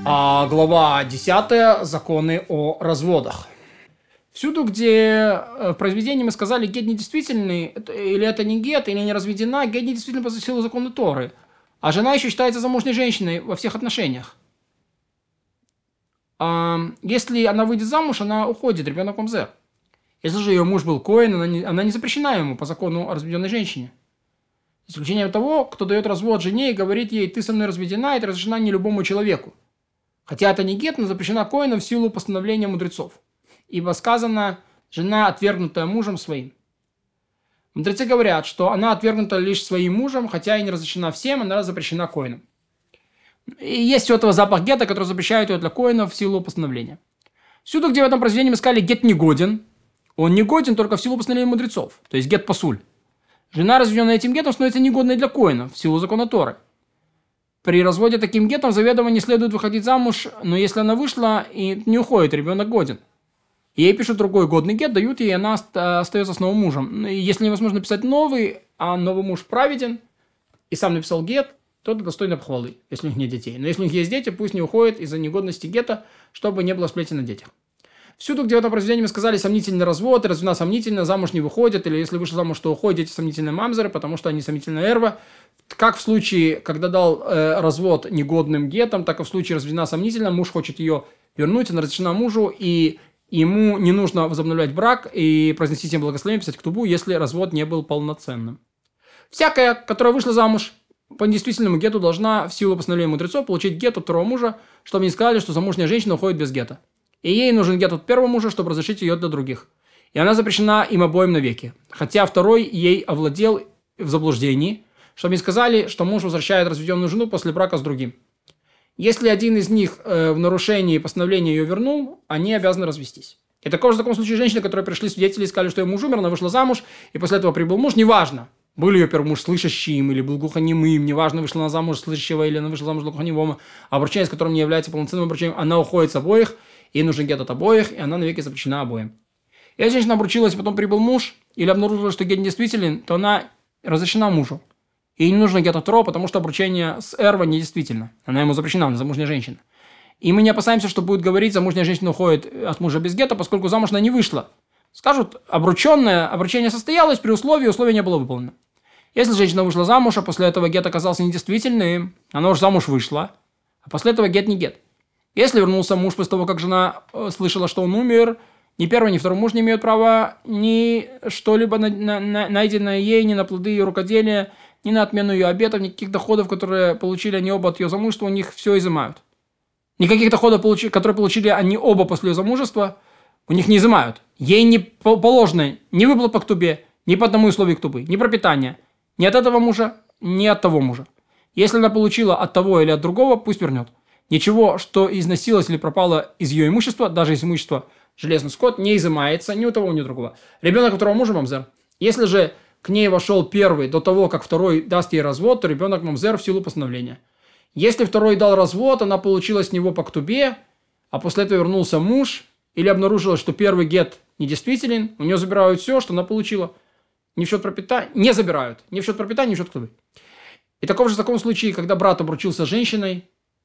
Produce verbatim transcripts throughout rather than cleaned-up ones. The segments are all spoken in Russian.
А глава десятая. Законы о разводах. Всюду, где в произведении мы сказали гет недействительный, или это не гет, или не разведена, гет недействительный по силу закона Торы. А жена еще считается замужней женщиной во всех отношениях. А если она выйдет замуж, она уходит, ребенок мамзер. Если же ее муж был коэн, она не, она не запрещена ему по закону о разведенной женщине. Исключением того, кто дает развод жене и говорит ей: ты со мной разведена, это разрешена не любому человеку. Хотя это не гет, но запрещена коэном в силу постановления мудрецов. Ибо сказано: жена, отвергнутая мужем своим. Мудрецы говорят, что она отвергнута лишь своим мужем, хотя и не разрешена всем, она запрещена коэном. И есть у этого запах гета, который запрещает ее для коэнов в силу постановления. Всюду, где в этом произведении мы сказали гет негоден, он негоден только в силу постановления мудрецов, то есть гет пасуль. Жена, разведенная этим гетом, становится негодной для коэнов в силу закона Торы. При разводе таким гетом заведомо не следует выходить замуж, но если она вышла и не уходит, ребенок годен. Ей пишут другой годный гет, дают ей, и она остается с новым мужем. И если невозможно писать новый, а новый муж праведен и сам написал гет, то это достойно похвалы, если у них нет детей. Но если у них есть дети, пусть не уходит из-за негодности гета, чтобы не было сплетен на детях. Всюду, где в этом произведении мы сказали сомнительный развод, разведена сомнительно, замуж не выходит, или если вышел замуж, то уходит, дети сомнительные мамзеры, потому что они сомнительная эрва. Как в случае, когда дал э, развод негодным гетом, так и в случае разведена сомнительно, муж хочет ее вернуть, она разрешена мужу, и ему не нужно возобновлять брак и произносить им благословение, писать ктубу, если развод не был полноценным. Всякая, которая вышла замуж по недействительному гету, должна в силу постановления мудрецов получить гет от второго мужа, чтобы не сказали, что замужняя женщина уходит без гета. И ей нужен гет от первого мужа, чтобы разрешить ее для других. И она запрещена им обоим навеки. Хотя второй ей овладел в заблуждении, чтобы не сказали, что муж возвращает разведенную жену после брака с другим. Если один из них э, в нарушении постановления ее вернул, они обязаны развестись. И такой же в таком случае женщины, которые пришли свидетели и сказали, что ее муж умер, она вышла замуж, и после этого прибыл муж, неважно, был ее первый муж слышащим или был глухонемым, неважно, вышла она замуж слышащего или она вышла замуж глухонемого, обручение с которым не является полноценным обручением, она уходит с обоих, ей нужен гет от обоих, и она навеки запрещена обоим. Если женщина обручилась, потом прибыл муж, или обнаружила, что гет недействителен, то она разрешена мужу. Ей не нужно гет от второго, потому что обручение с эрва недействительно. Она ему запрещена, она замужняя женщина. И мы не опасаемся, что будет говорить, замужняя женщина уходит от мужа без гета, поскольку замуж она не вышла. Скажут, обрученное обручение состоялось при условии, условие не было выполнено. Если женщина вышла замуж, а после этого гет оказался недействительным, она уже замуж вышла, а после этого гет не гет. Если вернулся муж после того, как жена слышала, что он умер, ни первый, ни второй муж не имеют права ни что-либо на, на, на, найденное ей, ни на плоды ее рукоделия, ни на отмену ее обетов, никаких доходов, которые получили они оба от ее замужества, у них все изымают. Никаких доходов, которые получили они оба после ее замужества, у них не изымают. Ей не положено ни выплат по ктубе, ни по одному условию ктубы, ни пропитания, ни от этого мужа, ни от того мужа. Если она получила от того или от другого, пусть вернет. Ничего, что износилось или пропало из ее имущества, даже из имущества железный скот, не изымается ни у того, ни у другого. Ребенок второго мужа мамзер. Если же к ней вошел первый до того, как второй даст ей развод, то ребенок мамзер в силу постановления. Если второй дал развод, она получила с него по ктубе, а после этого вернулся муж, или обнаружилось, что первый гет недействителен, у нее забирают все, что она получила. Не в счет пропитания, не забирают, не в счет пропитания, не в счет ктубы. И таков же в таком случае, когда брат обручился с женщиной,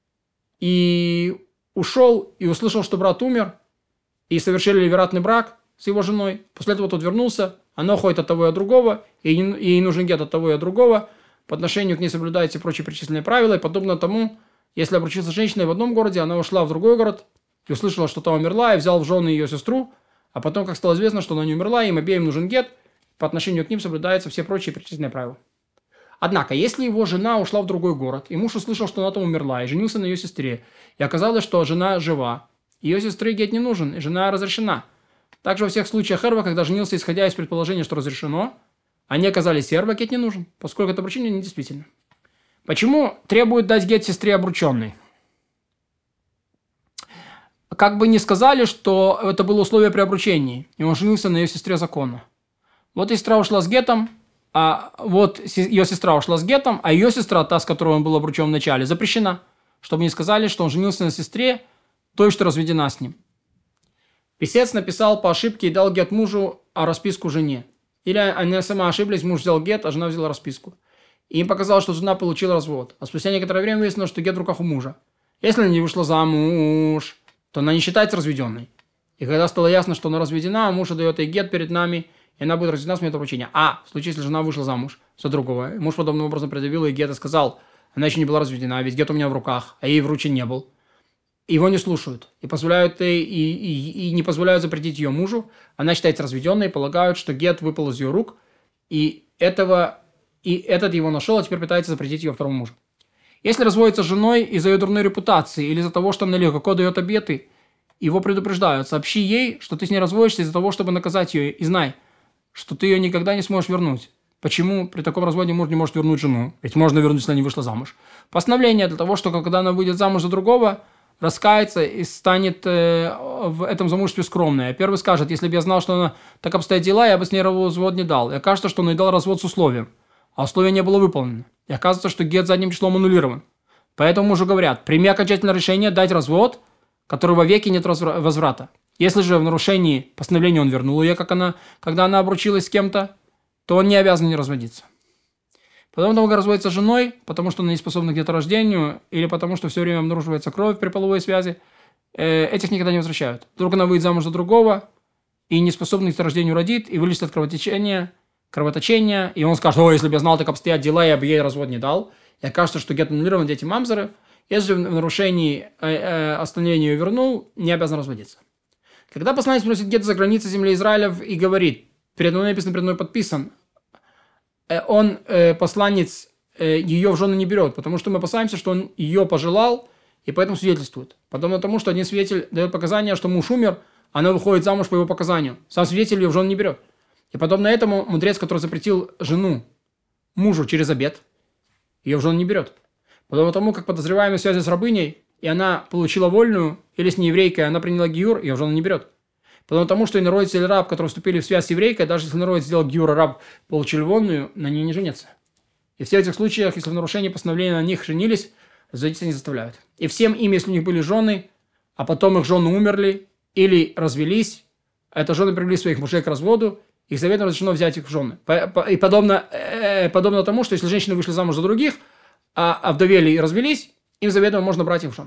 и ушел, и услышал, что брат умер, и совершили ливератный брак с его женой. После этого тот вернулся, она уходит от того и от другого, и ей нужен гет от того и от другого. По отношению к ней соблюдаются прочие перечисленные правила, и подобно тому, если обручился с женщиной в одном городе, она ушла в другой город, и услышала, что та умерла, и взял в жены ее сестру, а потом, как стало известно, что она не умерла, им обеим нужен гет, по отношению к ним соблюдаются все прочие перечисленные правила. Однако, если его жена ушла в другой город, и муж услышал, что она там умерла, и женился на ее сестре, и оказалось, что жена жива, ее сестры гет не нужен, и жена разрешена. Также во всех случаях эрва, когда женился, исходя из предположения, что разрешено, они оказались эрва, гет не нужен, поскольку это обручение недействительно. Почему требуют дать гет сестре обрученной? Как бы ни сказали, что это было условие при обручении, и он женился на ее сестре законно. Вот сестра ушла с гетом, а вот ее сестра ушла с гетом, а ее сестра, та, с которой он был обручен в начале, запрещена, чтобы не сказали, что он женился на сестре, той, что разведена с ним. Писец написал по ошибке и дал гет мужу, а расписку жене. Или они сама ошиблись, муж взял гет, а жена взяла расписку. И им показалось, что жена получила развод. А спустя некоторое время выяснилось, что гет в руках у мужа. Если она не вышла замуж, то она не считается разведенной. И когда стало ясно, что она разведена, муж отдает ей гет перед нами, и она будет разведена с момента вручения. А в случае, если жена вышла замуж за другого, муж подобным образом предъявил ей гет и сказал, она еще не была разведена, ведь гет у меня в руках, а ей вручен не был. Его не слушают и позволяют ей, и, и, и не позволяют запретить ее мужу. Она считается разведенной, полагают, что гет выпал из ее рук, и, этого, и этот его нашел, а теперь пытается запретить ее второму мужу. Если разводится с женой из-за ее дурной репутации или из-за того, что она легко дает обеты, его предупреждают. Сообщи ей, что ты с ней разводишься из-за того, чтобы наказать ее, и знай, что ты ее никогда не сможешь вернуть. Почему при таком разводе муж не может вернуть жену? Ведь можно вернуть, если она не вышла замуж. Постановление для того, что когда она выйдет замуж за другого, раскается и станет э, в этом замужестве скромной. Первый скажет, если бы я знал, что она так обстоят дела, я бы с ней развод не дал. И окажется, что он ей дал развод с условием, а условие не было выполнено. И оказывается, что гет задним числом аннулирован. Поэтому мужу говорят, прими окончательное решение дать развод, который вовеки нет возврата. Если же в нарушении постановления он вернул ее, как она, когда она обручилась с кем-то, то он не обязан не разводиться. Потом долго разводится с женой, потому что она не способна к деторождению, или потому что все время обнаруживается кровь при половой связи, э, этих никогда не возвращают. Вдруг она выйдет замуж за другого, и не способна к деторождению родит, и вылезет от кровотечения, кровоточения, и он скажет, о, если бы я знал, как обстоят дела, я бы ей развод не дал. И окажется, что гет аннулирован, дети мамзеры. Если в нарушении э, э, остановления ее вернул, не обязан разводиться. Когда посланец приносит гет за границы земли Израиля и говорит, передо мной написано, передо мной подписан, э, он, э, посланец, э, ее в жены не берет, потому что мы опасаемся, что он ее пожелал, и поэтому свидетельствует. Подобно тому, что один свидетель дает показания, что муж умер, она выходит замуж по его показанию. Сам свидетель ее в жены не берет. И подобно этому мудрец, который запретил жену мужу через обет, ее в жены не берет. Подобно тому, как подозреваемый в связи с рабыней, и она получила вольную, или с нееврейкой, она приняла гиюр, ее в жены не берет. Подобно тому, что инородец или раб, которые вступили в связь с еврейкой, даже если инородец сделал гиюр, а раб получил вольную, на ней не женятся. И в всех этих случаях, если в нарушении постановления на них женились, разводиться не заставляют. И всем им, если у них были жены, а потом их жены умерли или развелись, а это жены привели своих мужей к разводу, их заветом разрешено взять их в жены. И подобно, э, подобно тому, что если женщины вышли замуж за других, а овдовели и развелись, им заветом можно брать их в жены.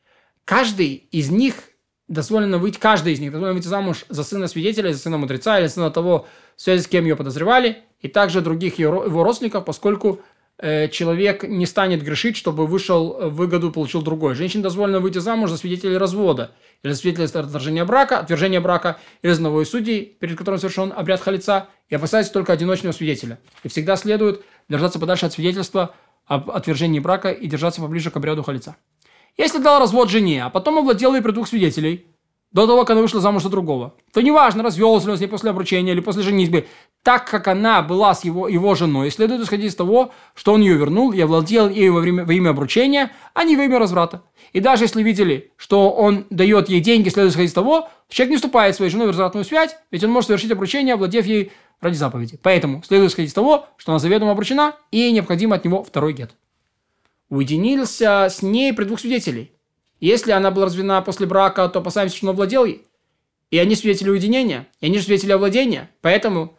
Каждый из них дозволено выйти, каждый из них дозволено выйти замуж за сына свидетеля, за сына мудреца или сына того, в связи с кем ее подозревали, и также других его родственников, поскольку э, человек не станет грешить, чтобы вышел в выгоду, получил другой. Женщине дозволено выйти замуж за свидетелей развода, или за свидетелей отвержения брака, отвержения брака, или за одного из судей, перед которым совершен обряд халица, и опасается только одиночного свидетеля. И всегда следует держаться подальше от свидетельства об отвержении брака и держаться поближе к обряду халица. Если дал развод жене, а потом овладел ей при двух свидетелей, до того, как она вышла замуж за другого, то неважно, развелся ли он с ней после обручения или после женитьбы, так как она была с его, его женой, следует исходить из того, что он ее вернул и овладел ею во, время, во имя обручения, а не во имя разврата. И даже если видели, что он дает ей деньги, следует исходить из того, что человек не вступает своей женой в развратную связь, ведь он может совершить обручение, овладев ей ради заповеди. Поэтому следует исходить из того, что она заведомо обручена, и необходимо от него второй гет. Уединился с ней при двух свидетелей. Если она была разведена после брака, то опасаемся, что он овладел ей. И они свидетели уединения, и они же свидетели овладения. Поэтому,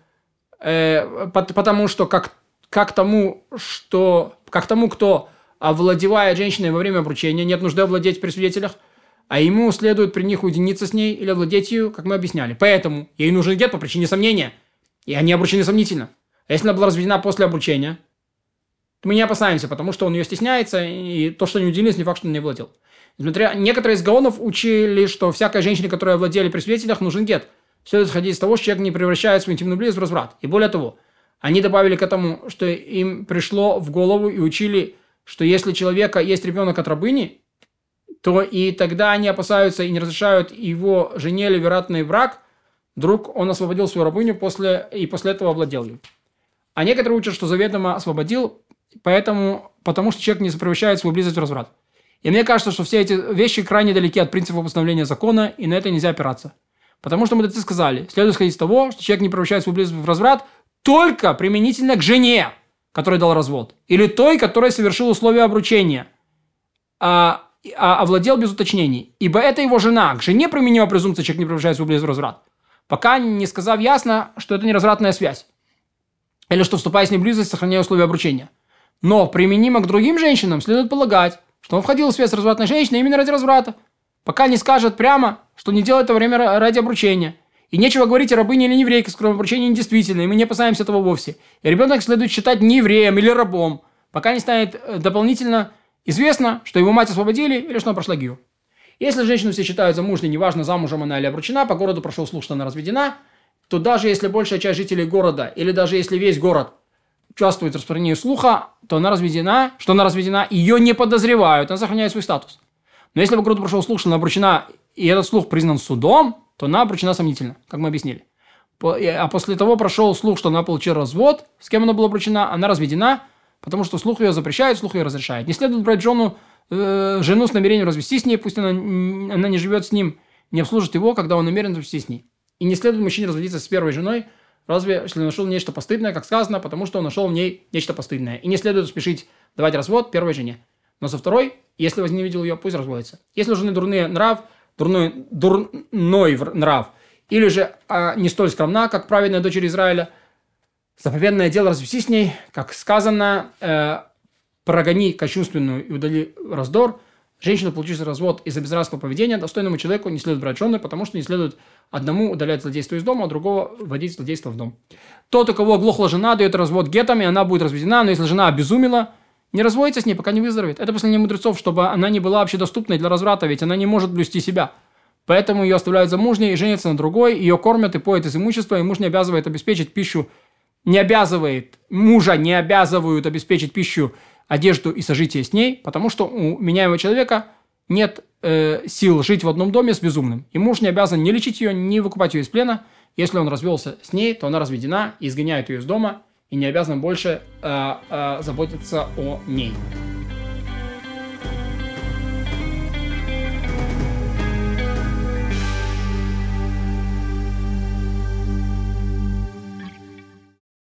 э, потому что как, как, тому, что, как тому, кто овладевает женщиной во время обручения, нет нужды овладеть при свидетелях, а ему следует при них уединиться с ней или овладеть ее, как мы объясняли. Поэтому ей нужен гет по причине сомнения. И они обручены сомнительно. А если она была разведена после обручения, то мы не опасаемся, потому что он ее стесняется, и то, что не уделилось, не факт, что он не владел. Несмотря, некоторые из гаонов учили, что всякой женщине, которая владели при свидетелях, нужен гет. Следует исходить из того, что человек не превращает свою интимную близость в разврат. И более того, они добавили к этому, что им пришло в голову и учили, что если у человека есть ребенок от рабыни, то и тогда они опасаются и не разрешают его жене ливератный брак, вдруг он освободил свою рабыню после, и после этого овладел ею. А некоторые учат, что заведомо освободил, поэтому, потому что человек не превращает свою близость в разврат. И мне кажется, что все эти вещи крайне далеки от принципа постановления закона, и на это нельзя опираться. Потому что мудрецы сказали, следует исходить из того, что человек не превращает свою близость в разврат только применительно к жене, которой дал развод, или той, которая совершила условия обручения, а, а овладел без уточнений. Ибо это его жена. К жене применима презумпция, человек не превращает свою близость в разврат. Пока не сказав ясно, что это не развратная связь. Или что, вступая с ней в близость, сохраняя условия обручения. Но применимо к другим женщинам, следует полагать, что он входил в связь с развратной женщиной именно ради разврата, пока не скажет прямо, что не делает это во время ради обручения. И нечего говорить о рабыне или еврейке, с которым обручение недействительно, и мы не опасаемся этого вовсе. И ребенок следует считать не евреем или рабом, пока не станет дополнительно известно, что его мать освободили или что она прошла гиюр. Если женщину все считают замужней, неважно, замужем она или обручена, по городу прошел слух, что она разведена, то даже если большая часть жителей города, или даже если весь город участвует в распространении слуха, то она разведена, что она разведена, ее не подозревают, она сохраняет свой статус. Но если по городу прошел слух, что она обручена, и этот слух признан судом, то она обручена сомнительно, как мы объяснили. А после того прошел слух, что она получила развод, с кем она была обручена, она разведена, потому что слух ее запрещает, слух ее разрешает. Не следует брать жену, э, жену с намерением развестись с ней, пусть она, она не живет с ним, не обслужит его, когда он намерен развестись с ней. И не следует мужчине разводиться с первой женой, разве если он нашел нечто постыдное, как сказано, потому что он нашел в ней нечто постыдное. И не следует спешить давать развод первой жене. Но со второй, если возненавидел ее, пусть разводится. Если у жены дурный нрав, дурной, дурной нрав, или же а, не столь скромна, как праведная дочерь Израиля, заповедное дело развестись с ней, как сказано, э, прогони кощунственную и удали раздор. Женщину, получившую развод из-за безнравственного поведения, достойному человеку не следует брать жены, потому что не следует одному удалять злодейство из дома, а другого вводить злодейство в дом. Тот, у кого оглохла жена, дает развод гетам, и она будет разведена, но если жена обезумела, не разводится с ней, пока не выздоровеет. Это послание мудрецов, чтобы она не была общедоступной для разврата, ведь она не может блюсти себя. Поэтому ее оставляют замужней и женятся на другой, ее кормят и поят из имущества, и муж не обязывает обеспечить пищу, не обязывает, мужа не обязывают обеспечить пищу, одежду и сожитие с ней, потому что у меняемого человека нет э, сил жить в одном доме с безумным. И муж не обязан ни лечить ее, ни выкупать ее из плена. Если он развелся с ней, то она разведена, изгоняет ее из дома и не обязан больше э, э, заботиться о ней.